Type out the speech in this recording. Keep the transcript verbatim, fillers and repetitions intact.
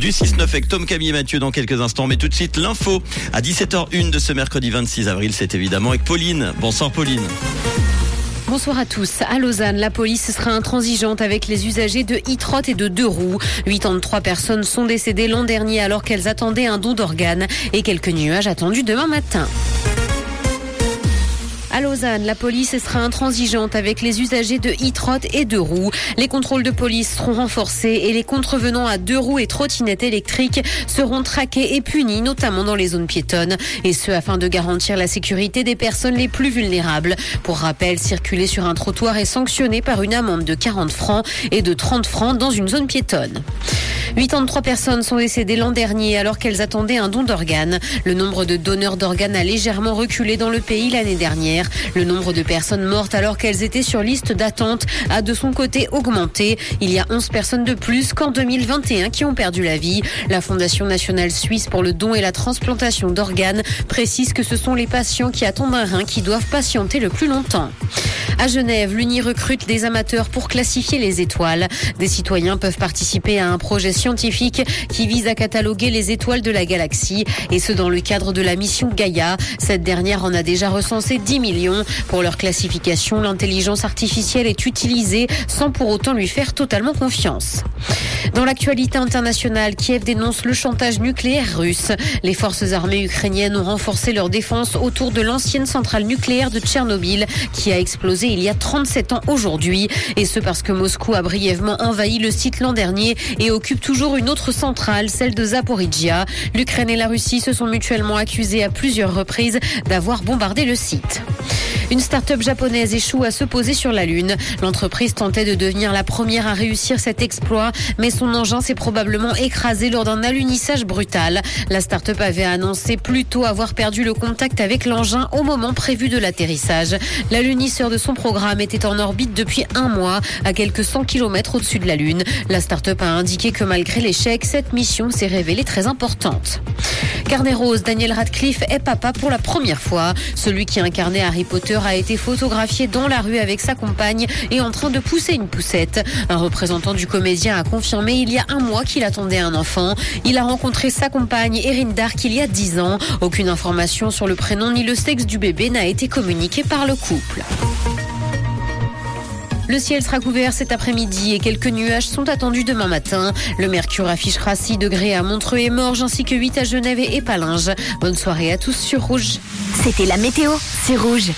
du six neuf avec Tom, Camille et Mathieu dans quelques instants. Mais tout de suite, l'info à dix-sept heures une de ce mercredi vingt-six avril. C'est évidemment avec Pauline. Bonsoir Pauline. Bonsoir à tous. À Lausanne, la police sera intransigeante avec les usagers de e-trot et de deux roues. quatre-vingt-trois personnes sont décédées l'an dernier alors qu'elles attendaient un don d'organes et quelques nuages attendus demain matin. À Lausanne, la police sera intransigeante avec les usagers de e-trot et deux roues. Les contrôles de police seront renforcés et les contrevenants à deux roues et trottinettes électriques seront traqués et punis, notamment dans les zones piétonnes. Et ce, afin de garantir la sécurité des personnes les plus vulnérables. Pour rappel, circuler sur un trottoir est sanctionné par une amende de quarante francs et de trente francs dans une zone piétonne. quatre-vingt-trois personnes sont décédées l'an dernier alors qu'elles attendaient un don d'organes. Le nombre de donneurs d'organes a légèrement reculé dans le pays l'année dernière. Le nombre de personnes mortes alors qu'elles étaient sur liste d'attente a de son côté augmenté. Il y a onze personnes de plus qu'en deux mille vingt et un qui ont perdu la vie. La Fondation nationale suisse pour le don et la transplantation d'organes précise que ce sont les patients qui attendent un rein qui doivent patienter le plus longtemps. À Genève, l'Uni recrute des amateurs pour classifier les étoiles. Des citoyens peuvent participer à un projet scientifique qui vise à cataloguer les étoiles de la galaxie, et ce dans le cadre de la mission Gaïa. Cette dernière en a déjà recensé dix millions. Pour leur classification, l'intelligence artificielle est utilisée sans pour autant lui faire totalement confiance. Dans l'actualité internationale, Kiev dénonce le chantage nucléaire russe. Les forces armées ukrainiennes ont renforcé leur défense autour de l'ancienne centrale nucléaire de Tchernobyl qui a explosé il y a trente-sept ans aujourd'hui. Et ce parce que Moscou a brièvement envahi le site l'an dernier et occupe toujours une autre centrale, celle de Zaporizhzhia. L'Ukraine et la Russie se sont mutuellement accusées à plusieurs reprises d'avoir bombardé le site. Une start-up japonaise échoue à se poser sur la Lune. L'entreprise tentait de devenir la première à réussir cet exploit, mais son engin s'est probablement écrasé lors d'un alunissage brutal. La start-up avait annoncé plus tôt avoir perdu le contact avec l'engin au moment prévu de l'atterrissage. L'alunisseur de son programme était en orbite depuis un mois, à quelques cent kilomètres au-dessus de la Lune. La start-up a indiqué que malgré l'échec, cette mission s'est révélée très importante. Carnet rose, Daniel Radcliffe est papa pour la première fois. Celui qui incarnait Harry Potter a été photographié dans la rue avec sa compagne et en train de pousser une poussette. Un représentant du comédien a confirmé il y a un mois qu'il attendait un enfant. Il a rencontré sa compagne Erin Dark il y a dix ans. Aucune information sur le prénom ni le sexe du bébé n'a été communiquée par le couple. Le ciel sera couvert cet après-midi et quelques nuages sont attendus demain matin. Le mercure affichera six degrés à Montreux et Morges ainsi que huit à Genève et Épalinges. Bonne soirée à tous sur Rouge. C'était la météo, c'est Rouge.